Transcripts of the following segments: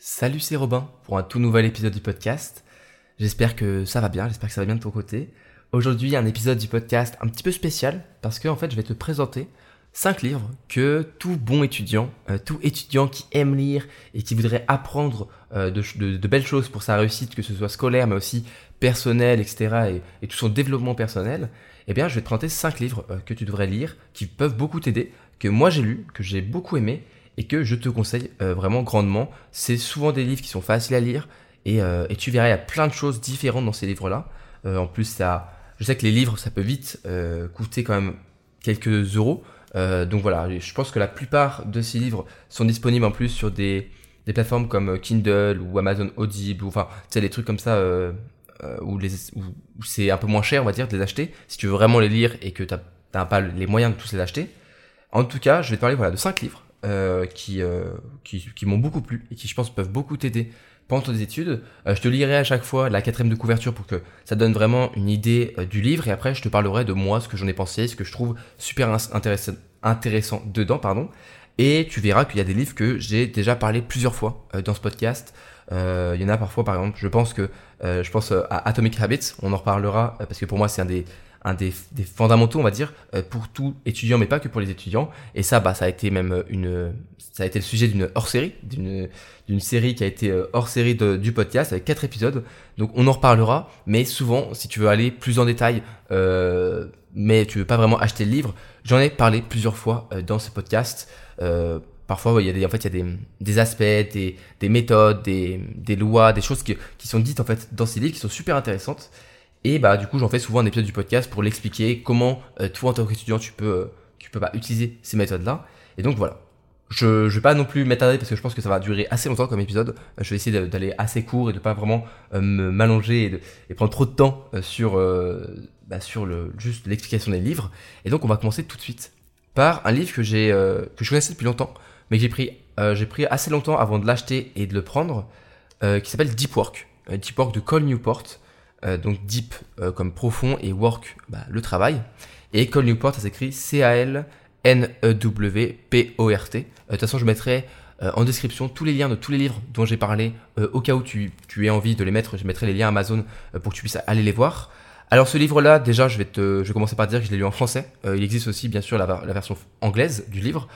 Salut, c'est Robin pour un tout nouvel épisode du podcast. J'espère que ça va bien, j'espère que ça va bien de ton côté. Aujourd'hui, il y a un épisode du podcast un petit peu spécial parce que en fait, je vais te présenter 5 livres que tout bon étudiant, tout étudiant qui aime lire et qui voudrait apprendre de belles choses pour sa réussite, que ce soit scolaire mais aussi personnelle, etc. et tout son développement personnel, eh bien, je vais te présenter 5 livres que tu devrais lire, qui peuvent beaucoup t'aider, que moi j'ai lu, que j'ai beaucoup aimé et que je te conseille vraiment grandement. C'est souvent des livres qui sont faciles à lire et tu verras, il y a plein de choses différentes dans ces livres-là. En plus, je sais que les livres, ça peut vite coûter quand même quelques euros. Donc voilà, je pense que la plupart de ces livres sont disponibles en plus sur des plateformes comme Kindle ou Amazon Audible, ou enfin, tu sais, les trucs comme ça où c'est un peu moins cher, on va dire, de les acheter, si tu veux vraiment les lire et que t'as pas les moyens de tous les acheter. En tout cas, je vais te parler de 5 livres qui m'ont beaucoup plu et qui, je pense, peuvent beaucoup t'aider pendant tes études. Je te lirai à chaque fois la 4e de couverture pour que ça donne vraiment une idée du livre, et après je te parlerai de moi, ce que j'en ai pensé, ce que je trouve super intéressant dedans, pardon. Et tu verras qu'il y a des livres que j'ai déjà parlé plusieurs fois dans ce podcast. Il y en a parfois, par exemple, je pense à Atomic Habits, on en reparlera parce que pour moi c'est un des fondamentaux, on va dire, pour tout étudiant, mais pas que pour les étudiants. Et ça a été même ça a été le sujet d'une hors-série, d'une série qui a été hors-série du podcast avec 4 épisodes. Donc on en reparlera, mais souvent, si tu veux aller plus en détail, mais tu veux pas vraiment acheter le livre, j'en ai parlé plusieurs fois dans ce podcast. Parfois, il y a des aspects, des méthodes, des lois, des choses qui sont dites en fait dans ces livres qui sont super intéressantes. Et du coup, j'en fais souvent un épisode du podcast pour l'expliquer comment toi en tant qu'étudiant tu peux utiliser ces méthodes-là. Et donc voilà. Je vais pas non plus m'étarder parce que je pense que ça va durer assez longtemps comme épisode. Je vais essayer d'aller assez court et de pas vraiment m'allonger et prendre trop de temps sur juste l'explication des livres. Et donc on va commencer tout de suite par un livre que je connaissais depuis longtemps, mais que j'ai pris assez longtemps avant de l'acheter et de le prendre, qui s'appelle Deep Work. Deep Work de Cal Newport. Donc Deep comme profond et Work, le travail. Et Cal Newport, ça s'écrit Calnewport. De toute façon, je mettrai en description tous les liens de tous les livres dont j'ai parlé, au cas où tu aies envie de les mettre. Je mettrai les liens Amazon pour que tu puisses aller les voir. Alors ce livre-là, déjà, je vais commencer par dire que je l'ai lu en français. Il existe aussi, bien sûr, la version anglaise du livre.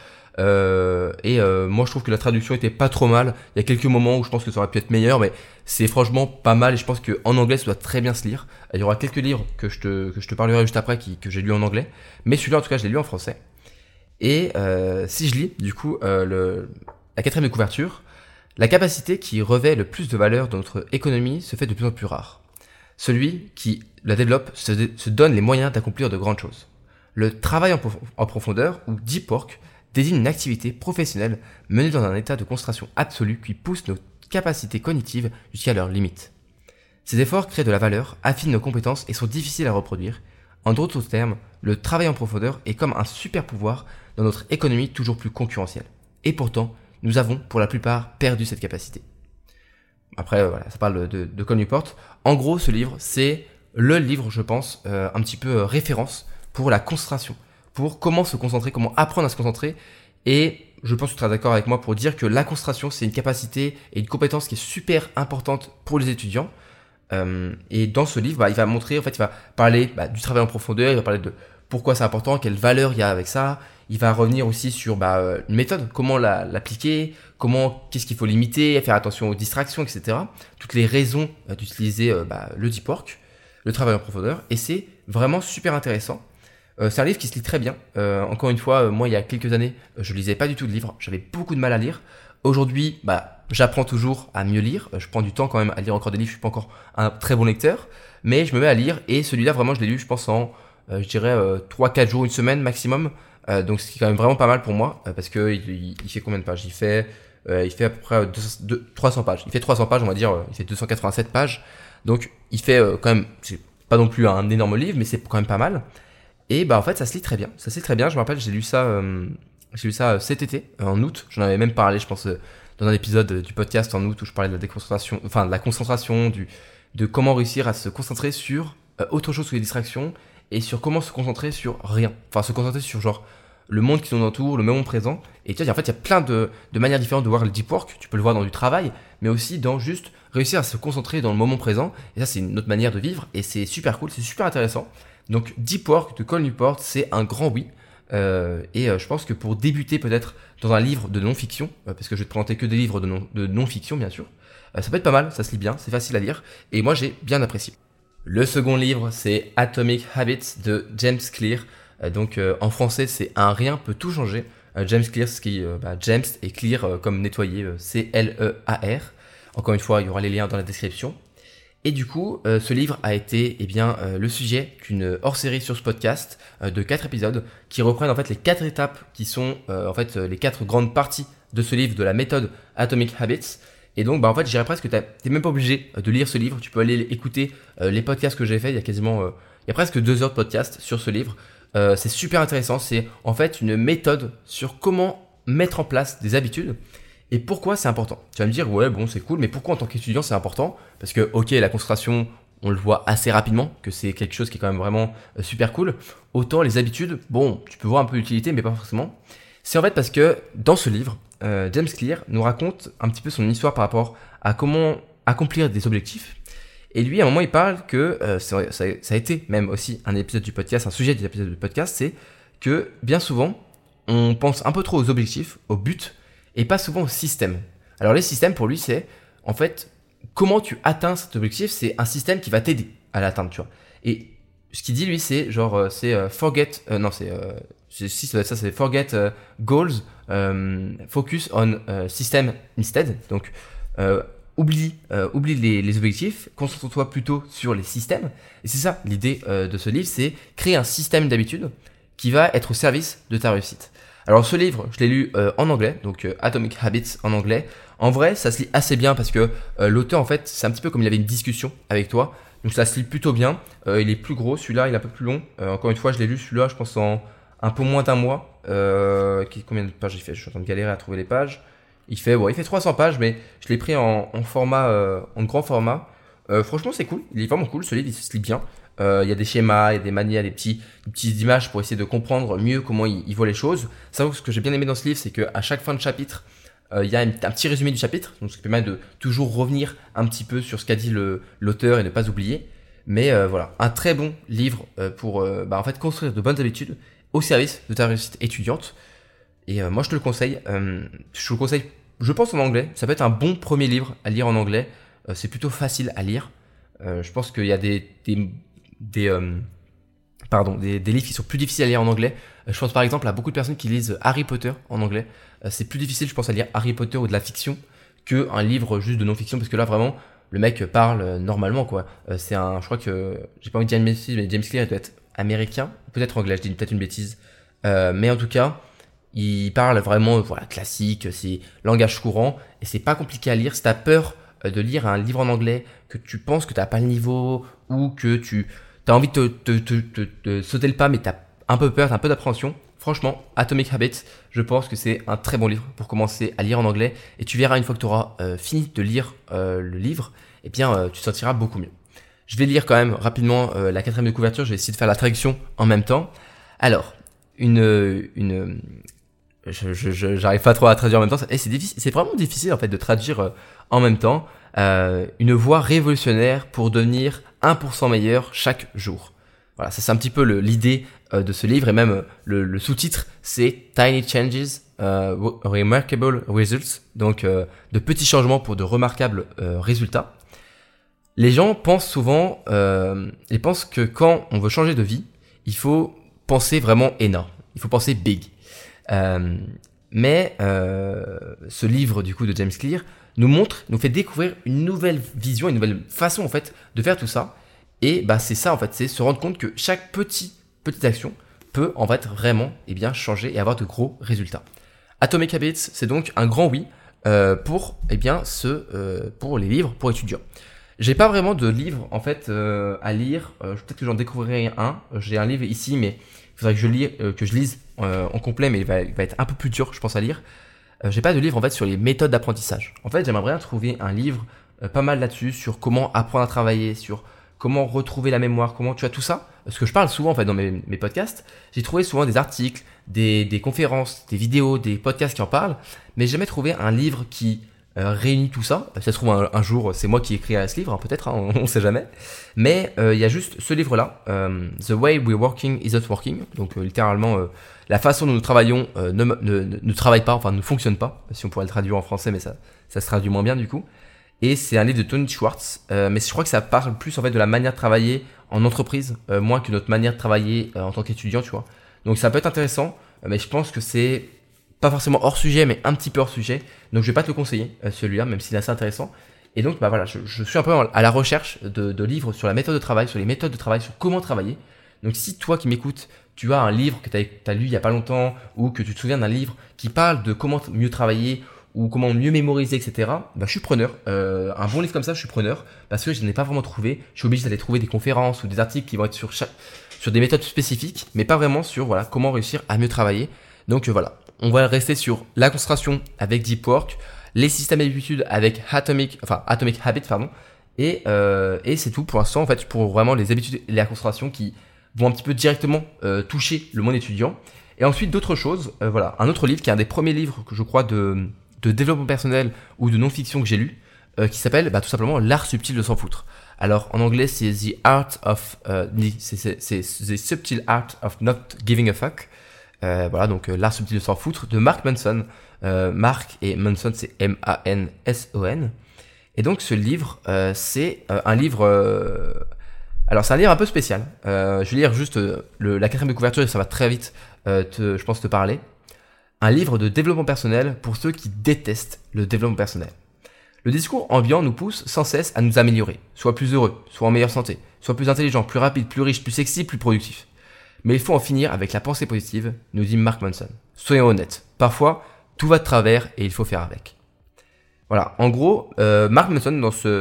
Moi je trouve que la traduction était pas trop mal. Il y a quelques moments où je pense que ça aurait pu être meilleur, mais c'est franchement pas mal et je pense qu'en anglais ça doit très bien se lire. Il y aura quelques livres que je te parlerai juste après que j'ai lu en anglais, mais celui-là en tout cas je l'ai lu en français. Et si je lis du coup la 4e de couverture, la capacité qui revêt le plus de valeur dans notre économie se fait de plus en plus rare. Celui qui la développe se donne les moyens d'accomplir de grandes choses. Le travail en profondeur, ou deep work, désigne une activité professionnelle menée dans un état de concentration absolue qui pousse nos capacités cognitives jusqu'à leurs limites. Ces efforts créent de la valeur, affinent nos compétences et sont difficiles à reproduire. En d'autres termes, le travail en profondeur est comme un super pouvoir dans notre économie toujours plus concurrentielle. Et pourtant, nous avons pour la plupart perdu cette capacité. Après, ça parle de Cal Newport. En gros, ce livre, c'est le livre, je pense, un petit peu référence pour la concentration, pour comment se concentrer, comment apprendre à se concentrer. Et je pense que tu seras d'accord avec moi pour dire que la concentration, c'est une capacité et une compétence qui est super importante pour les étudiants. Et dans ce livre, il va montrer, en fait, il va parler du travail en profondeur, il va parler de pourquoi c'est important, quelle valeur il y a avec ça. Il va revenir aussi sur une méthode, comment l'appliquer, qu'est-ce qu'il faut limiter, faire attention aux distractions, etc. Toutes les raisons d'utiliser le deep work, le travail en profondeur. Et c'est vraiment super intéressant. C'est un livre qui se lit très bien. Encore une fois, moi, il y a quelques années, je lisais pas du tout de livres. J'avais beaucoup de mal à lire. Aujourd'hui, j'apprends toujours à mieux lire. Je prends du temps quand même à lire encore des livres. Je suis pas encore un très bon lecteur, mais je me mets à lire. Et celui-là, vraiment, je l'ai lu, je pense, en, 3-4 jours, une semaine maximum. Donc, ce qui est quand même vraiment pas mal pour moi, parce que il fait combien de pages ? Il fait à peu près 300 pages. Il fait 300 pages, on va dire. Il fait 287 pages. Donc, il fait quand même, c'est pas non plus un énorme livre, mais c'est quand même pas mal. Et en fait, ça se lit très bien. Ça se lit très bien. Je me rappelle, j'ai lu ça cet été, en août. J'en avais même parlé, je pense, dans un épisode du podcast en août où je parlais de la déconcentration, enfin de la concentration, de comment réussir à se concentrer sur autre chose que les distractions et sur comment se concentrer sur rien. Enfin, se concentrer sur le monde qui nous entoure, le moment présent. Et tu vois, en fait, il y a plein de manières différentes de voir le deep work. Tu peux le voir dans du travail, mais aussi dans juste réussir à se concentrer dans le moment présent. Et ça, c'est une autre manière de vivre et c'est super cool, c'est super intéressant. Donc, Deep Work de Cal Newport, c'est un grand oui. Je pense que pour débuter peut-être dans un livre de non-fiction, parce que je vais te présenter que des livres de non-fiction, bien sûr, ça peut être pas mal, ça se lit bien, c'est facile à lire, et moi j'ai bien apprécié. Le second livre, c'est Atomic Habits de James Clear. En français, c'est Un rien peut tout changer. James Clear, James et Clear comme nettoyer, C-L-E-A-R. Encore une fois, il y aura les liens dans la description. Et du coup, ce livre a été le sujet d'une hors-série sur ce podcast de 4 épisodes qui reprennent en fait les 4 étapes qui sont les 4 grandes parties de ce livre de la méthode Atomic Habits. Et donc, en fait, je dirais presque que t'es même pas obligé de lire ce livre. Tu peux aller écouter les podcasts que j'ai fait. Il y a presque 2 heures de podcast sur ce livre. C'est super intéressant. C'est en fait une méthode sur comment mettre en place des habitudes et pourquoi c'est important. Tu vas me dire, ouais, bon, c'est cool, mais pourquoi en tant qu'étudiant c'est important? Parce que, ok, la concentration, on le voit assez rapidement, que c'est quelque chose qui est quand même vraiment super cool. Autant les habitudes, bon, tu peux voir un peu l'utilité, mais pas forcément. C'est en fait parce que dans ce livre, James Clear nous raconte un petit peu son histoire par rapport à comment accomplir des objectifs. Et lui, à un moment, il parle que, ça a été même aussi un épisode du podcast, un sujet des épisodes du podcast, c'est que bien souvent, on pense un peu trop aux objectifs, aux buts, et pas souvent au système. Alors les systèmes, pour lui, c'est en fait comment tu atteins cet objectif, c'est un système qui va t'aider à l'atteindre, tu vois. Et ce qu'il dit, lui, c'est genre, forget goals, focus on system instead. Donc, oublie les objectifs, concentre-toi plutôt sur les systèmes. Et c'est ça l'idée de ce livre, c'est créer un système d'habitude qui va être au service de ta réussite. Alors ce livre, je l'ai lu en anglais, donc Atomic Habits en anglais. En vrai, ça se lit assez bien parce que l'auteur, en fait, c'est un petit peu comme il avait une discussion avec toi. Donc ça se lit plutôt bien. Il est plus gros, celui-là, il est un peu plus long. Encore une fois, je l'ai lu celui-là, je pense en un peu moins d'un mois. Combien de pages il fait? Je suis en train de galérer à trouver les pages. Il fait 300 pages, mais je l'ai pris en grand format. Franchement, c'est cool. Il est vraiment cool. Ce livre, il se lit bien. Il y a des schémas, il y a des manières, des petites images pour essayer de comprendre mieux comment il voit les choses. Ça, ce que j'ai bien aimé dans ce livre, c'est qu'à chaque fin de chapitre, il y a un petit résumé du chapitre. Donc, ça permet de toujours revenir un petit peu sur ce qu'a dit l'auteur et ne pas oublier. Mais voilà, un très bon livre pour construire de bonnes habitudes au service de ta réussite étudiante. Et moi, je te le conseille. Je le conseille, je pense, en anglais. Ça peut être un bon premier livre à lire en anglais. C'est plutôt facile à lire. Je pense qu'il y a des livres qui sont plus difficiles à lire en anglais. Je pense par exemple à beaucoup de personnes qui lisent Harry Potter en anglais. C'est plus difficile, je pense, à lire Harry Potter ou de la fiction qu'un livre juste de non-fiction, parce que là, vraiment, le mec parle normalement, quoi. Je crois que, j'ai pas envie de dire une bêtise, mais James Clear, il doit être américain, peut-être anglais, je dis peut-être une bêtise. Mais en tout cas, il parle vraiment, classique, c'est langage courant, et c'est pas compliqué à lire. Si t'as peur de lire un livre en anglais, que tu penses que t'as pas le niveau, ou que t'as envie de sauter le pas, mais t'as un peu peur, t'as un peu d'appréhension, franchement, Atomic Habits, je pense que c'est un très bon livre pour commencer à lire en anglais. Et tu verras, une fois que tu auras fini de lire le livre, tu te sentiras beaucoup mieux. Je vais lire quand même rapidement la 4e de couverture, je vais essayer de faire la traduction en même temps. Alors, j'arrive pas trop à traduire en même temps, et c'est difficile, c'est vraiment difficile en fait de traduire en même temps. Une voie révolutionnaire pour devenir 1% meilleur chaque jour. Voilà, ça c'est un petit peu l'idée de ce livre, et même le sous-titre, c'est Tiny Changes, Remarkable Results, donc de petits changements pour de remarquables résultats. Les gens pensent souvent, ils pensent que quand on veut changer de vie, il faut penser vraiment énorme, il faut penser big. Mais ce livre du coup de James Clear nous fait découvrir une nouvelle vision, une nouvelle façon en fait de faire tout ça. Et c'est ça en fait, c'est se rendre compte que chaque petite action peut en fait vraiment changer et avoir de gros résultats. Atomic Habits, c'est donc un grand oui pour les livres pour étudiants. J'ai pas vraiment de livre en fait à lire. Peut-être que j'en découvrirai un. J'ai un livre ici, mais il faudrait que je lise en complet, mais il va être un peu plus dur, je pense, à lire. J'ai pas de livre en fait sur les méthodes d'apprentissage. En fait, j'aimerais bien trouver un livre pas mal là-dessus sur comment apprendre à travailler, sur comment retrouver la mémoire, comment tu as tout ça ce que je parle souvent en fait dans mes podcasts, j'ai trouvé souvent des articles, des conférences, des vidéos, des podcasts qui en parlent, mais j'ai jamais trouvé un livre qui réunit tout ça. Ça se trouve un jour, c'est moi qui écrirai ce livre, hein, peut-être, hein, on sait jamais. Mais il y a juste ce livre-là, The Way We're Working Isn't Working. Donc littéralement, la façon dont nous travaillons ne travaille pas, enfin ne fonctionne pas, si on pourrait le traduire en français, mais ça se traduit moins bien du coup. Et c'est un livre de Tony Schwartz, mais je crois que ça parle plus en fait de la manière de travailler en entreprise, moins que notre manière de travailler en tant qu'étudiant, tu vois. Donc ça peut être intéressant, mais je pense que c'est pas forcément hors sujet, mais un petit peu hors sujet. Donc je vais pas te le conseiller, celui-là, même s'il est assez intéressant. Et donc bah voilà, je suis un peu à la recherche de livres sur la méthode de travail, sur les méthodes de travail, sur comment travailler. Donc si toi qui m'écoutes, tu as un livre que tu as lu il y a pas longtemps, ou que tu te souviens d'un livre qui parle de comment mieux travailler, ou comment mieux mémoriser, etc. Bah, je suis preneur. Un bon livre comme ça, je suis preneur, parce que je n'ai pas vraiment trouvé. Je suis obligé d'aller trouver des conférences ou des articles qui vont être sur des méthodes spécifiques, mais pas vraiment sur voilà comment réussir à mieux travailler. Donc voilà, on va rester sur la concentration avec Deep Work, les systèmes d'habitude avec Atomic Habits, pardon. Et c'est tout pour l'instant en fait pour vraiment les habitudes et la concentration qui vont un petit peu directement toucher le monde étudiant. Et ensuite d'autres choses, voilà, un autre livre qui est un des premiers livres que je crois de développement personnel ou de non-fiction que j'ai lu, qui s'appelle tout simplement L'art subtil de s'en foutre. Alors en anglais c'est c'est The Subtle Art of Not Giving a Fuck. Voilà, donc l'art subtil de s'en foutre de Mark Manson. Mark et Manson c'est Manson. Et donc ce livre, c'est un livre... alors c'est un livre un peu spécial. Je vais lire juste la 4e de couverture et ça va très vite, je pense, te parler. Un livre de développement personnel pour ceux qui détestent le développement personnel. Le discours ambiant nous pousse sans cesse à nous améliorer, soit plus heureux, soit en meilleure santé, soit plus intelligent, plus rapide, plus riche, plus sexy, plus productif. Mais il faut en finir avec la pensée positive, nous dit Mark Manson. Soyons honnêtes, parfois tout va de travers et il faut faire avec. Voilà, en gros, Mark Manson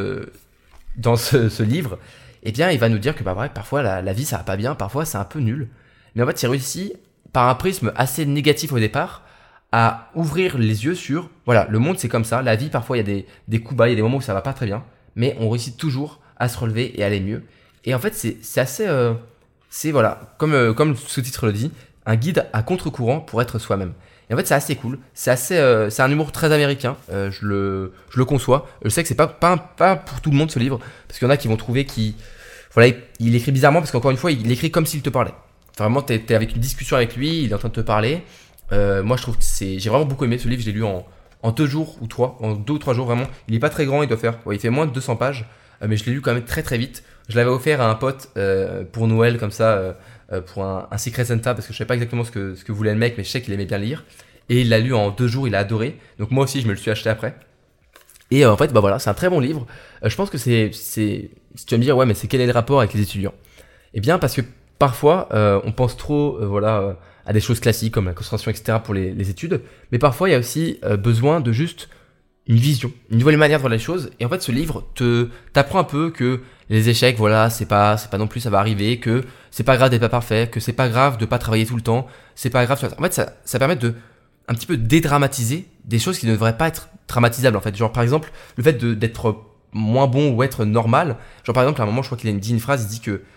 dans ce livre, eh bien, il va nous dire que parfois la vie ça va pas bien, parfois c'est un peu nul. Mais en fait, il réussit par un prisme assez négatif au départ à ouvrir les yeux sur, voilà, le monde c'est comme ça, la vie parfois il y a des coups bas, il y a des moments où ça va pas très bien, mais on réussit toujours à se relever et à aller mieux. Et en fait c'est assez, c'est voilà, comme le sous-titre le dit, un guide à contre-courant pour être soi-même. Et en fait c'est assez cool, c'est un humour très américain, je le conçois. Je sais que c'est pas pour tout le monde ce livre, parce qu'il y en a qui vont trouver voilà, il écrit bizarrement parce qu'encore une fois il écrit comme s'il te parlait. Vraiment t'es avec une discussion avec lui, il est en train de te parler. Moi je trouve que j'ai vraiment beaucoup aimé ce livre, je l'ai lu en 2 jours ou 3, en 2 ou 3 jours vraiment. Il est pas très grand, il fait moins de 200 pages, mais je l'ai lu quand même très très vite. Je l'avais offert à un pote pour Noël comme ça, pour un Secret Santa, parce que je savais pas exactement ce que voulait le mec, mais je sais qu'il aimait bien lire. Et il l'a lu en 2 jours, il a adoré. Donc moi aussi je me le suis acheté après. Et en fait voilà, c'est un très bon livre. Je pense que si tu vas me dire ouais mais quel est le rapport avec les étudiants ? Eh bien parce que parfois on pense trop à des choses classiques comme la concentration, etc. pour les études, mais parfois il y a aussi besoin de juste une vision, une nouvelle manière de voir les choses. Et en fait ce livre t'apprend un peu que les échecs, voilà, c'est pas non plus, ça va arriver, que c'est pas grave d'être pas parfait, que c'est pas grave de pas travailler tout le temps, c'est pas grave. En fait ça permet de un petit peu dédramatiser des choses qui ne devraient pas être dramatisables en fait. Genre par exemple le fait d'être moins bon ou être normal. Genre par exemple à un moment je crois qu'il a dit une phrase, il dit que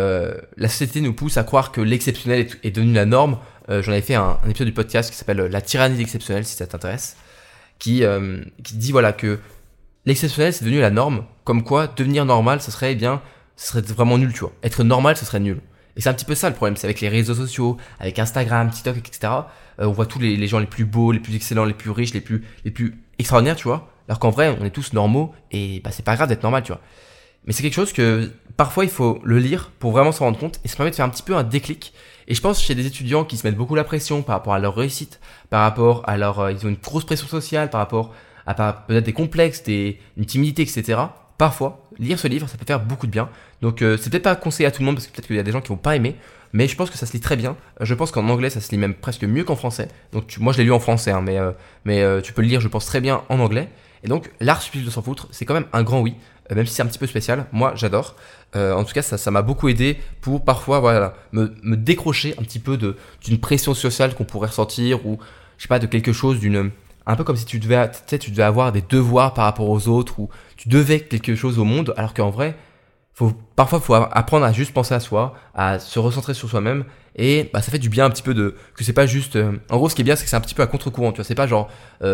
la société nous pousse à croire que l'exceptionnel est devenu la norme. J'en avais fait un épisode du podcast qui s'appelle La tyrannie de l'exceptionnel, si ça t'intéresse, qui dit voilà que l'exceptionnel c'est devenu la norme, comme quoi devenir normal ce serait vraiment nul, tu vois. Être normal ce serait nul. Et c'est un petit peu ça le problème, c'est avec les réseaux sociaux, avec Instagram, TikTok, etc. On voit tous les gens les plus beaux, les plus excellents, les plus riches, les plus extraordinaires, tu vois. Alors qu'en vrai on est tous normaux et c'est pas grave d'être normal, tu vois. Mais c'est quelque chose que parfois il faut le lire pour vraiment s'en rendre compte, et ça permet de faire un petit peu un déclic. Et je pense chez des étudiants qui se mettent beaucoup la pression par rapport à leur réussite, par rapport à ils ont une grosse pression sociale, par rapport à peut-être des complexes, une timidité, etc. Parfois, lire ce livre, ça peut faire beaucoup de bien. Donc c'est peut-être pas conseillé à tout le monde parce que peut-être qu'il y a des gens qui vont pas aimer, mais je pense que ça se lit très bien. Je pense qu'en anglais ça se lit même presque mieux qu'en français. Donc moi je l'ai lu en français, hein, mais tu peux le lire, je pense, très bien en anglais. Et donc l'art subtil de s'en foutre, c'est quand même un grand oui. Même si c'est un petit peu spécial, moi j'adore. En tout cas, ça m'a beaucoup aidé pour parfois voilà, me décrocher un petit peu d'une pression sociale qu'on pourrait ressentir, ou je sais pas, de quelque chose un peu comme si tu devais avoir des devoirs par rapport aux autres, ou tu devais quelque chose au monde, alors qu'en vrai, Parfois, faut apprendre à juste penser à soi, à se recentrer sur soi-même. Et ça fait du bien un petit peu que c'est pas juste. En gros, ce qui est bien, c'est que c'est un petit peu à contre-courant. Tu vois, c'est pas genre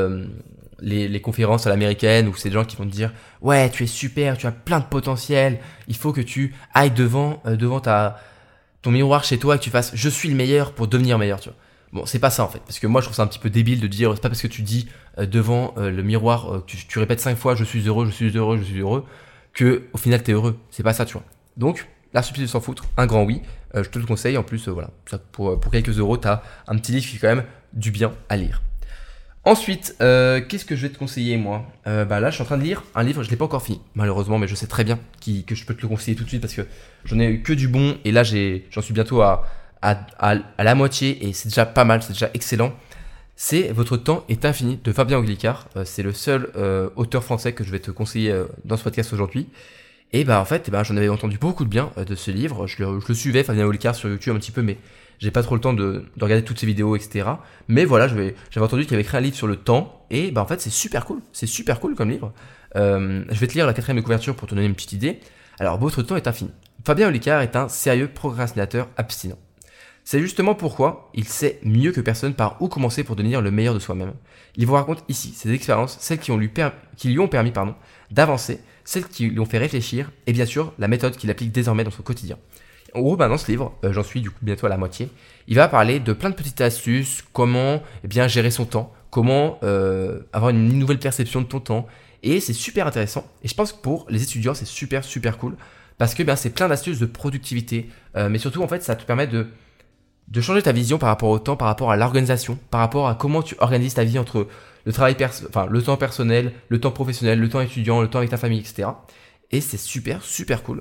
les conférences à l'américaine où c'est des gens qui vont te dire ouais, tu es super, tu as plein de potentiel. Il faut que tu ailles devant ton miroir chez toi et que tu fasses je suis le meilleur pour devenir meilleur. Tu vois. Bon, c'est pas ça en fait, parce que moi je trouve ça un petit peu débile de dire c'est pas parce que tu dis devant le miroir, tu répètes 5 fois je suis heureux, je suis heureux, je suis heureux, que au final t'es heureux. C'est pas ça, tu vois. Donc la stupidité de s'en foutre, un grand oui. Je te le conseille. En plus, voilà, ça, pour quelques euros, t'as un petit livre qui fait quand même du bien à lire. Ensuite, qu'est-ce que je vais te conseiller moi là, je suis en train de lire un livre, je l'ai pas encore fini, malheureusement, mais je sais très bien que je peux te le conseiller tout de suite parce que j'en ai eu que du bon et là j'en suis bientôt à la moitié et c'est déjà pas mal, c'est déjà excellent. C'est Votre temps est infini de Fabien Olicard. C'est le seul auteur français que je vais te conseiller dans ce podcast aujourd'hui. Et en fait, j'en avais entendu beaucoup de bien de ce livre. Je le suivais, Fabien Olicard, sur YouTube un petit peu, mais j'ai pas trop le temps de regarder toutes ses vidéos, etc. Mais voilà, j'avais entendu qu'il avait écrit un livre sur le temps. Et en fait, c'est super cool. C'est super cool comme livre. Je vais te lire la 4e de couverture pour te donner une petite idée. Alors, Votre temps est infini. Fabien Olicard est un sérieux procrastinateur abstinent. C'est justement pourquoi il sait mieux que personne par où commencer pour devenir le meilleur de soi-même. Il vous raconte ici ses expériences, celles qui lui ont permis d'avancer, celles qui lui ont fait réfléchir, et bien sûr la méthode qu'il applique désormais dans son quotidien. En gros, dans ce livre, j'en suis du coup bientôt à la moitié, il va parler de plein de petites astuces, comment gérer son temps, comment avoir une nouvelle perception de ton temps, et c'est super intéressant. Et je pense que pour les étudiants, c'est super super cool, parce que c'est plein d'astuces de productivité, mais surtout en fait ça te permet de changer ta vision par rapport au temps, par rapport à l'organisation, par rapport à comment tu organises ta vie entre le temps personnel, le temps professionnel, le temps étudiant, le temps avec ta famille, etc. Et c'est super, super cool.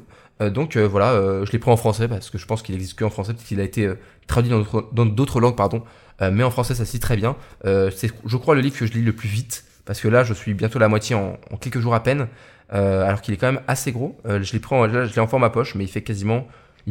Je l'ai pris en français parce que je pense qu'il existe que en français, peut-être qu'il a été traduit dans d'autres langues, mais en français ça se lit très bien. C'est, je crois, le livre que je lis le plus vite parce que là je suis bientôt la moitié en quelques jours à peine, alors qu'il est quand même assez gros. Je l'ai en format poche, mais il fait quasiment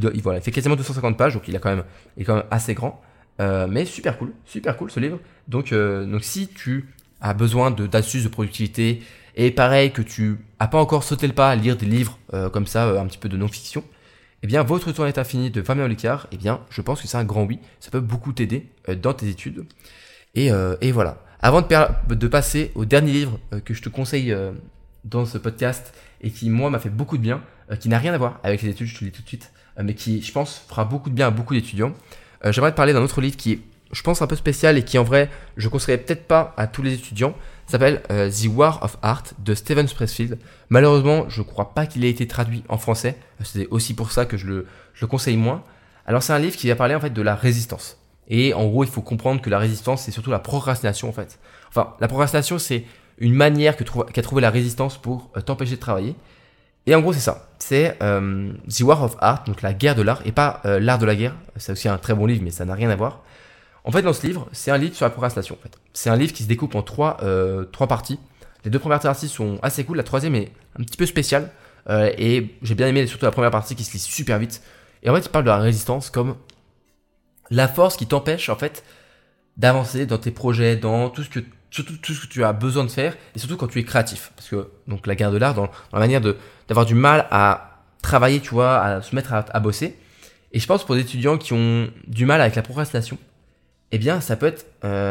250 pages, donc il est quand même assez grand. Mais super cool ce livre. Donc si tu as besoin d'astuces de productivité, et pareil que tu as pas encore sauté le pas à lire des livres comme ça, un petit peu de non-fiction, eh bien Votre temps est infini de Fabien Olicard, eh bien je pense que c'est un grand oui. Ça peut beaucoup t'aider dans tes études. Et voilà. Avant de passer au dernier livre que je te conseille dans ce podcast et qui moi m'a fait beaucoup de bien, qui n'a rien à voir avec les études, je te le dis tout de suite, mais qui je pense fera beaucoup de bien à beaucoup d'étudiants. J'aimerais te parler d'un autre livre qui est, je pense, un peu spécial et qui en vrai je conseillerais peut-être pas à tous les étudiants. Ça s'appelle The War of Art de Steven Pressfield. Malheureusement, je crois pas qu'il ait été traduit en français. C'est aussi pour ça que je le conseille moins. Alors c'est un livre qui va parler en fait de la résistance. Et en gros, il faut comprendre que la résistance, c'est surtout la procrastination en fait. Enfin, la procrastination, c'est une manière qu'a trouvé la résistance pour t'empêcher de travailler. Et en gros, c'est ça. C'est The War of Art, donc la guerre de l'art, et pas l'art de la guerre. C'est aussi un très bon livre, mais ça n'a rien à voir. En fait, dans ce livre, c'est un livre sur la procrastination. En fait. C'est un livre qui se découpe en trois parties. Les 2 premières parties sont assez cool. La 3e est un petit peu spéciale. Et j'ai bien aimé surtout la première partie qui se lit super vite. Et en fait, il parle de la résistance comme la force qui t'empêche en fait d'avancer dans tes projets, dans tout ce que tu as besoin de faire, et surtout quand tu es créatif. Parce que donc la guerre de l'art, dans la manière d'avoir du mal à travailler, tu vois, à se mettre à bosser. Et je pense pour des étudiants qui ont du mal avec la procrastination, eh bien ça peut être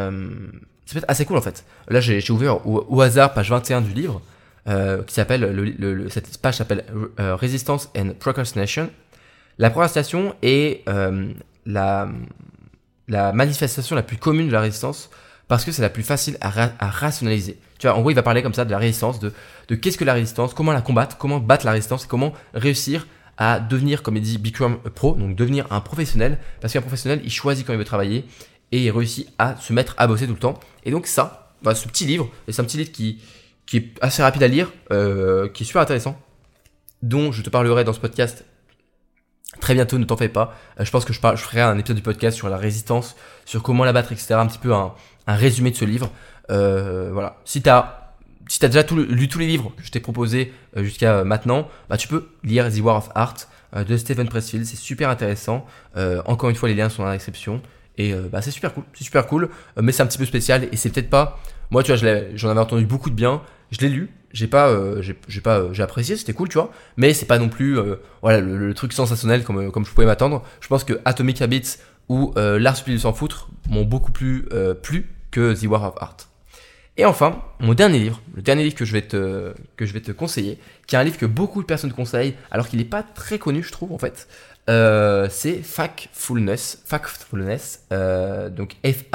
assez cool en fait. Là j'ai ouvert au hasard page 21 du livre, qui s'appelle, cette page s'appelle Resistance and Procrastination. La procrastination est la manifestation la plus commune de la résistance, parce que c'est la plus facile à rationaliser. Tu vois, en gros, il va parler comme ça de la résistance, de qu'est-ce que la résistance, comment la combattre, comment battre la résistance, et comment réussir à devenir, comme il dit, become a pro, donc devenir un professionnel, parce qu'un professionnel, il choisit quand il veut travailler, et il réussit à se mettre à bosser tout le temps. Et donc ça, ce petit livre, et c'est un petit livre qui est assez rapide à lire, qui est super intéressant, dont je te parlerai dans ce podcast très bientôt, ne t'en fais pas. Je pense que je ferai un épisode du podcast sur la résistance, sur comment la battre, etc. Un petit peu un résumé de ce livre. Voilà. Si t'as déjà lu tous les livres que je t'ai proposés jusqu'à maintenant, tu peux lire The War of Art de Steven Pressfield. C'est super intéressant. Encore une fois, les liens sont dans la description. Et c'est super cool. Mais c'est un petit peu spécial et c'est peut-être pas Moi, tu vois, j'en avais entendu beaucoup de bien. Je l'ai lu. J'ai apprécié, c'était cool, tu vois. Mais c'est pas non plus, voilà, le truc sensationnel comme je pouvais m'attendre. Je pense que Atomic Habits ou L'Art subtil de s'en foutre m'ont beaucoup plus plu que The War of Art. Et enfin, le dernier livre que je vais te conseiller, qui est un livre que beaucoup de personnes conseillent, alors qu'il n'est pas très connu, je trouve, en fait. C'est Factfulness, donc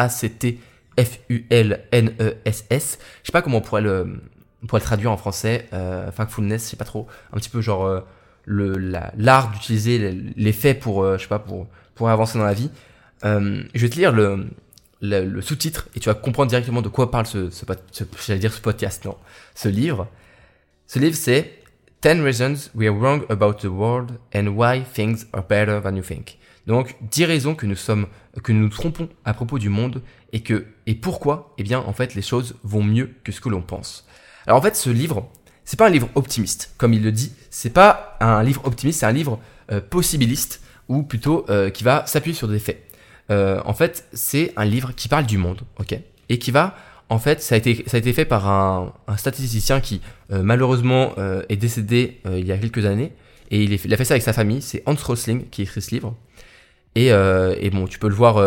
Factfulness. Je sais pas comment on pourrait le traduire en français. Factfulness, je sais pas trop. Un petit peu genre l'art d'utiliser les faits pour avancer dans la vie. Je vais te lire le sous-titre et tu vas comprendre directement de quoi parle ce podcast, non, ce livre. Ce livre, c'est 10 Reasons We Are Wrong About the World and Why Things Are Better Than You Think. Donc, 10 raisons que nous nous trompons à propos du monde et pourquoi, eh bien, en fait, les choses vont mieux que ce que l'on pense. Alors, en fait, ce livre, c'est pas un livre optimiste, comme il le dit. C'est pas un livre optimiste, c'est un livre possibiliste ou plutôt qui va s'appuyer sur des faits. En fait, c'est un livre qui parle du monde, ok, et qui va, en fait, ça a été fait par un statisticien qui malheureusement est décédé il y a quelques années, et il a fait ça avec sa famille. C'est Hans Rosling qui écrit ce livre, et bon, tu peux le voir,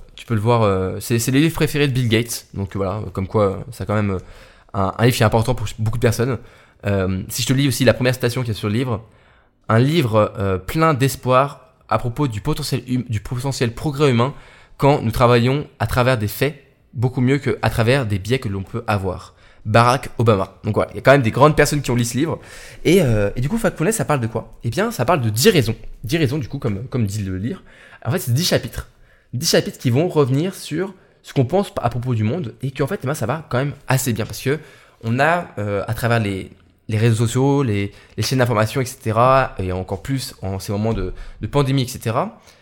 c'est les livres préférés de Bill Gates, donc voilà, comme quoi, c'est quand même un livre qui est important pour beaucoup de personnes. Si je te lis aussi la première citation qu'il y a sur le livre, un livre plein d'espoir à propos du potentiel progrès humain quand nous travaillons à travers des faits beaucoup mieux qu'à travers des biais que l'on peut avoir. Barack Obama. Donc voilà, il y a quand même des grandes personnes qui ont lu ce livre. Et du coup, Factfulness, ça parle de quoi ? Eh bien, ça parle de 10 raisons. 10 raisons, du coup, comme dit le livre. En fait, c'est 10 chapitres. 10 chapitres qui vont revenir sur ce qu'on pense à propos du monde et qu'en fait, eh bien, ça va quand même assez bien parce que on a, à travers les réseaux sociaux, les chaînes d'information, etc., et encore plus en ces moments de pandémie, etc.,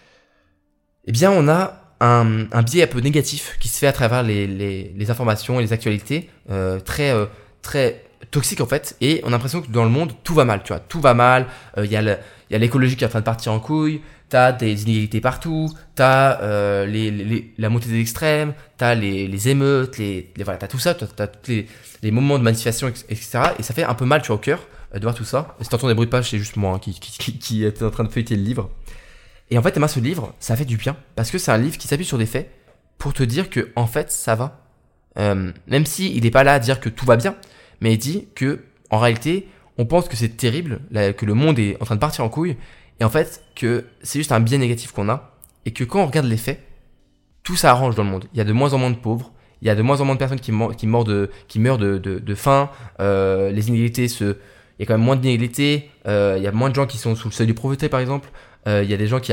eh bien, on a un biais un peu négatif qui se fait à travers les informations et les actualités, très toxiques, en fait, et on a l'impression que dans le monde, tout va mal, tu vois, tout va mal, il y a l'écologie qui est en train de partir en couille, t'as des inégalités partout, t'as la montée des extrêmes, t'as les émeutes, voilà, t'as tout ça, t'as tous les moments de manifestation, etc. Et ça fait un peu mal, tu vois, au cœur de voir tout ça. Et si t'entends des bruits de page, c'est juste moi qui est en train de feuilleter le livre. Et en fait, ce livre, ça fait du bien parce que c'est un livre qui s'appuie sur des faits pour te dire que en fait, ça va. Même si il n'est pas là à dire que tout va bien, mais il dit que en réalité, on pense que c'est terrible, que le monde est en train de partir en couille. Et en fait, que c'est juste un biais négatif qu'on a, et que quand on regarde les faits, tout s'arrange dans le monde. Il y a de moins en moins de pauvres, il y a de moins en moins de personnes qui meurent de faim, les inégalités il y a quand même moins d'inégalités, il y a moins de gens qui sont sous le seuil de pauvreté par exemple, il y a des gens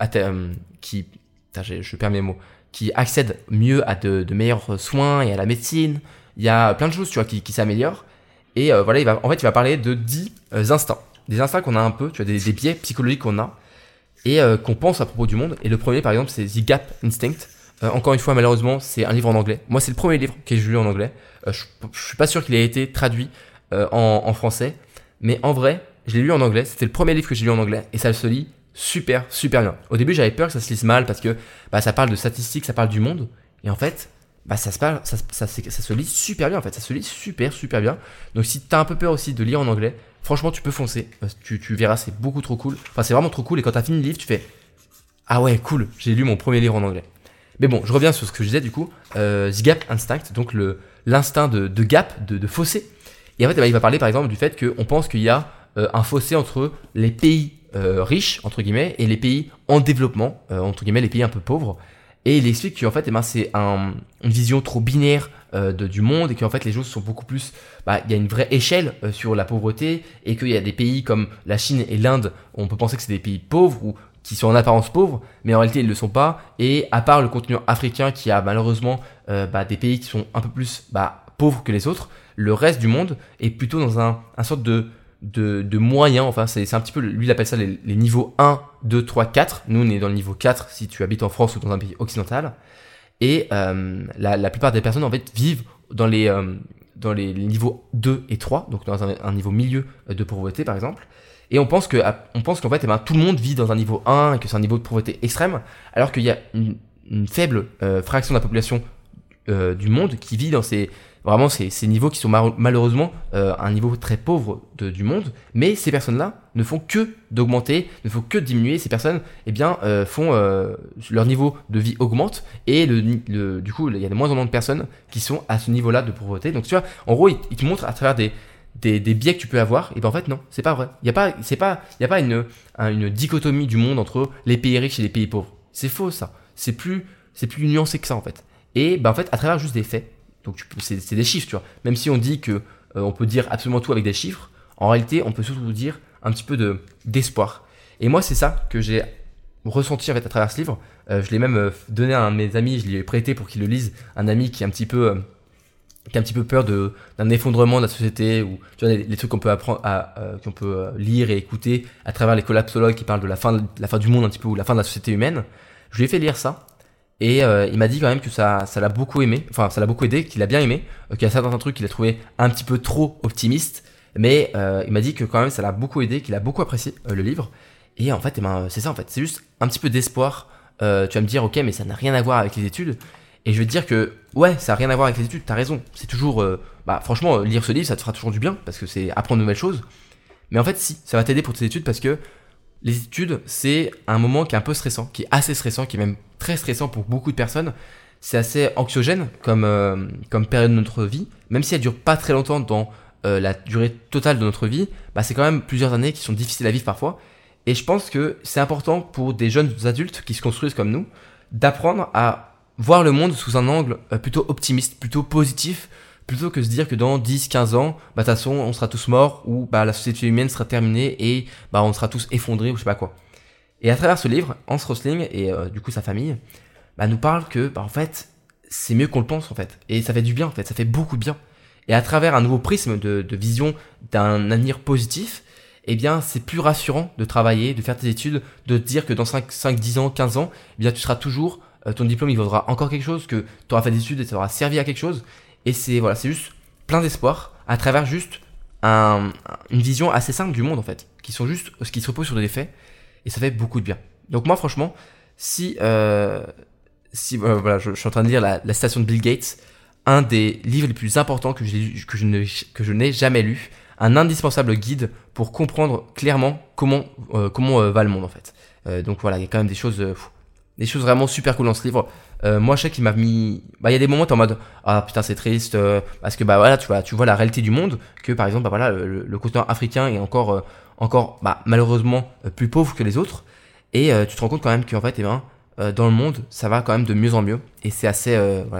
je perds mes mots, qui accèdent mieux à de meilleurs soins et à la médecine. Il y a plein de choses, tu vois, qui s'améliorent. Et voilà, il va parler de 10 instincts. Des instincts qu'on a un peu, tu vois, des biais psychologiques qu'on a et qu'on pense à propos du monde. Et le premier, par exemple, c'est The Gap Instinct. Encore une fois, malheureusement, c'est un livre en anglais. Moi, c'est le premier livre que j'ai lu en anglais. Je suis pas sûr qu'il ait été traduit en français, mais en vrai, je l'ai lu en anglais. C'était le premier livre que j'ai lu en anglais et ça se lit super bien. Au début, j'avais peur que ça se lise mal parce que ça parle de statistiques, ça parle du monde. Et en fait, ça se lit super bien en fait. Ça se lit super bien. Donc, si t'as un peu peur aussi de lire en anglais, franchement, tu peux foncer. Tu verras, c'est beaucoup trop cool. Enfin, c'est vraiment trop cool. Et quand t'as fini le livre, tu fais ah ouais, cool, j'ai lu mon premier livre en anglais. Mais bon, je reviens sur ce que je disais du coup. The Gap Instinct, donc l'instinct de gap, de fossé. Et en fait, il va parler par exemple du fait qu'on pense qu'il y a un fossé entre les pays riches, entre guillemets, et les pays en développement, entre guillemets, les pays un peu pauvres. Et il explique qu'en fait, c'est une vision trop binaire du monde et qu'en fait, les choses sont beaucoup plus... il y a une vraie échelle sur la pauvreté et qu'il y a des pays comme la Chine et l'Inde, on peut penser que c'est des pays pauvres ou qui sont en apparence pauvres, mais en réalité, ils ne le sont pas. Et à part le continent africain qui a malheureusement des pays qui sont un peu plus pauvres que les autres, le reste du monde est plutôt dans un sorte de moyen, enfin c'est un petit peu, lui il appelle ça les niveaux 1, 2, 3, 4, nous on est dans le niveau 4 si tu habites en France ou dans un pays occidental, et la plupart des personnes en fait vivent dans les niveaux 2 et 3, donc dans un niveau milieu de pauvreté par exemple, et on pense qu'en fait tout le monde vit dans un niveau 1 et que c'est un niveau de pauvreté extrême, alors qu'il y a une faible fraction de la population du monde qui vit dans ces Vraiment, c'est ces niveaux qui sont malheureusement un niveau très pauvre du monde, mais ces personnes-là ne font que d'augmenter, ne font que de diminuer. Ces personnes, font leur niveau de vie augmente et du coup, il y a de moins en moins de personnes qui sont à ce niveau-là de pauvreté. Donc, tu vois, en gros, il te montre à travers des biais que tu peux avoir. Et ben en fait, non, c'est pas vrai. Il y a pas une dichotomie du monde entre les pays riches et les pays pauvres. C'est faux, ça. C'est plus nuancé que ça, en fait. Et ben en fait, à travers juste des faits. Donc c'est des chiffres, tu vois. Même si on dit que on peut dire absolument tout avec des chiffres, en réalité, on peut surtout dire un petit peu d'espoir. Et moi, c'est ça que j'ai ressenti en fait à travers ce livre. Je l'ai même donné à un de mes amis, je lui ai prêté pour qu'il le lise. Un ami qui est un petit peu peur d'un effondrement de la société, ou tu vois les trucs qu'on peut apprendre qu'on peut lire et écouter à travers les collapsologues qui parlent de la fin du monde un petit peu, ou la fin de la société humaine. Je lui ai fait lire ça. Et il m'a dit quand même que ça l'a beaucoup aimé, enfin ça l'a beaucoup aidé, qu'il a bien aimé, qu'il y a certains trucs qu'il a trouvé un petit peu trop optimistes, mais il m'a dit que quand même ça l'a beaucoup aidé, qu'il a beaucoup apprécié le livre. Et en fait, c'est ça en fait, c'est juste un petit peu d'espoir. Tu vas me dire ok, mais ça n'a rien à voir avec les études. Et je vais te dire que ouais, ça n'a rien à voir avec les études, t'as raison. C'est toujours, franchement, lire ce livre, ça te fera toujours du bien, parce que c'est apprendre de nouvelles choses. Mais en fait, si, ça va t'aider pour tes études, parce que les études, c'est un moment qui est un peu stressant, qui est assez stressant, qui est même très stressant pour beaucoup de personnes. C'est assez anxiogène comme période de notre vie. Même si elle dure pas très longtemps dans la durée totale de notre vie, c'est quand même plusieurs années qui sont difficiles à vivre parfois. Et je pense que c'est important pour des jeunes adultes qui se construisent comme nous, d'apprendre à voir le monde sous un angle plutôt optimiste, plutôt positif, plutôt que se dire que dans 10-15 ans, de toute façon, on sera tous morts, ou la société humaine sera terminée et on sera tous effondrés, ou je sais pas quoi. Et à travers ce livre, Hans Rosling et du coup sa famille nous parlent que en fait, c'est mieux qu'on le pense en fait. Et ça fait du bien en fait, ça fait beaucoup de bien. Et à travers un nouveau prisme de vision d'un avenir positif, c'est plus rassurant de travailler, de faire tes études, de te dire que dans 5, 10 ans, 15 ans, tu seras toujours, ton diplôme il vaudra encore quelque chose, que tu auras fait des études et ça aura servi à quelque chose. Et c'est juste plein d'espoir à travers juste une vision assez simple du monde en fait, qui se repose sur des faits, et ça fait beaucoup de bien. Donc moi franchement, si je suis en train de lire la citation de Bill Gates, un des livres les plus importants que je n'ai jamais lu, un indispensable guide pour comprendre clairement comment va le monde en fait. Donc voilà, il y a quand même des choses vraiment super cool dans ce livre. Moi je sais qu'il m'a mis, il y a des moments t'es en mode ah putain c'est triste, parce que voilà tu vois la réalité du monde, que par exemple le continent africain est encore malheureusement plus pauvre que les autres, et tu te rends compte quand même qu'en fait dans le monde ça va quand même de mieux en mieux, et c'est assez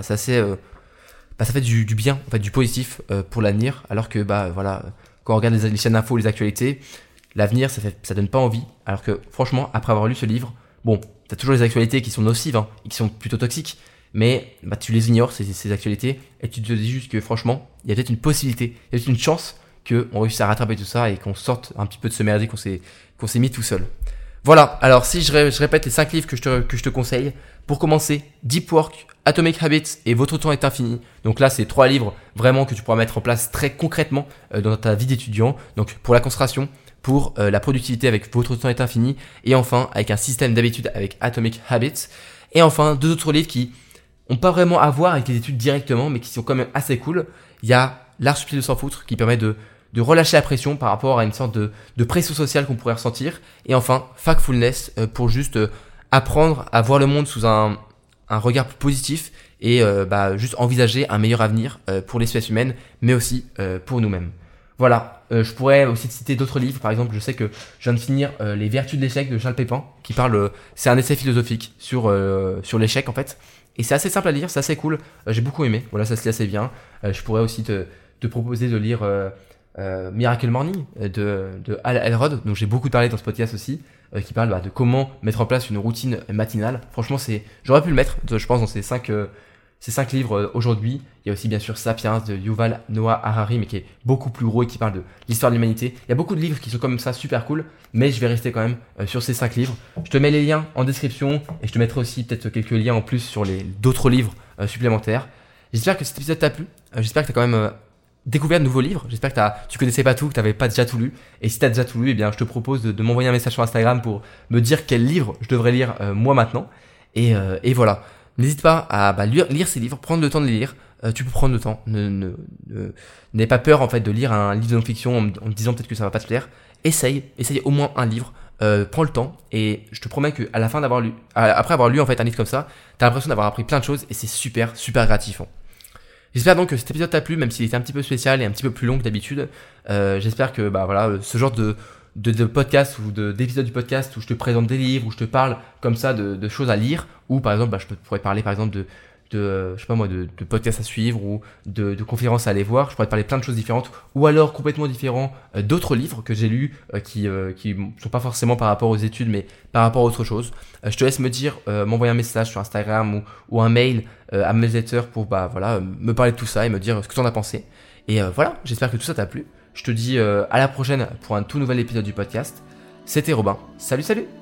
ça fait du bien en fait, du positif pour l'avenir, alors que quand on regarde les chaînes d'infos, les actualités, l'avenir ça donne pas envie, alors que franchement après avoir lu ce livre, bon, t'as toujours les actualités qui sont nocives et qui sont plutôt toxiques, mais tu les ignores ces actualités, et tu te dis juste que franchement il y a peut-être une possibilité, il y a peut-être une chance qu'on réussisse à rattraper tout ça et qu'on sorte un petit peu de ce merdier qu'on s'est mis tout seul. Voilà, alors si je répète les 5 livres que je te conseille, pour commencer, Deep Work, Atomic Habits et Votre temps est infini. Donc là, c'est 3 livres vraiment que tu pourras mettre en place très concrètement dans ta vie d'étudiant. Donc pour la concentration, pour la productivité avec Votre temps est infini, et enfin avec un système d'habitude avec Atomic Habits. Et enfin 2 autres livres qui n'ont pas vraiment à voir avec les études directement, mais qui sont quand même assez cool. Il y a L'art subtil de s'en foutre, qui permet de relâcher la pression par rapport à une sorte de pression sociale qu'on pourrait ressentir. Et enfin Factfulness, pour juste apprendre à voir le monde sous un regard plus positif, et juste envisager un meilleur avenir pour l'espèce humaine, mais aussi pour nous-mêmes. Voilà, je pourrais aussi te citer d'autres livres. Par exemple, je sais que je viens de finir Les Vertus de l'échec de Charles Pépin, qui parle, c'est un essai philosophique sur l'échec en fait, et c'est assez simple à lire, c'est assez cool, j'ai beaucoup aimé, voilà, ça se lit assez bien. Je pourrais aussi te proposer de lire Miracle Morning de Hal Elrod, dont j'ai beaucoup parlé dans ce podcast aussi, qui parle de comment mettre en place une routine matinale. Franchement, j'aurais pu le mettre, je pense, dans ces 5 livres aujourd'hui. Il y a aussi bien sûr Sapiens de Yuval Noah Harari, mais qui est beaucoup plus gros et qui parle de l'histoire de l'humanité. Il y a beaucoup de livres qui sont comme ça super cool, mais je vais rester quand même sur ces 5 livres. Je te mets les liens en description, et je te mettrai aussi peut-être quelques liens en plus sur d'autres livres supplémentaires. J'espère que cet épisode t'a plu, j'espère que t'as quand même découvert de nouveaux livres, j'espère que tu connaissais pas tout, que t'avais pas déjà tout lu, et si t'as déjà tout lu, je te propose de m'envoyer un message sur Instagram pour me dire quel livre je devrais lire moi maintenant, et voilà. N'hésite pas à lire ces livres, prendre le temps de les lire, tu peux prendre le temps. N'aie pas peur en fait de lire un livre de non-fiction en te disant peut-être que ça va pas te plaire. Essaye au moins un livre. Prends le temps et je te promets que à la fin après avoir lu en fait un livre comme ça, t'as l'impression d'avoir appris plein de choses et c'est super gratifiant. J'espère donc que cet épisode t'a plu, même s'il était un petit peu spécial et un petit peu plus long que d'habitude. J'espère que ce genre de podcast ou d'épisode du podcast où je te présente des livres, où je te parle comme ça de choses à lire, ou par exemple je pourrais te parler par exemple de je sais pas moi, de podcasts à suivre ou de conférences à aller voir. Je pourrais te parler plein de choses différentes ou alors complètement différents d'autres livres que j'ai lus qui sont pas forcément par rapport aux études mais par rapport à autre chose. Je te laisse me dire, m'envoyer un message sur Instagram ou un mail à mes letters pour me parler de tout ça et me dire ce que tu en as pensé. Et voilà, j'espère que tout ça t'a plu. Je te dis à la prochaine pour un tout nouvel épisode du podcast. C'était Robin. Salut.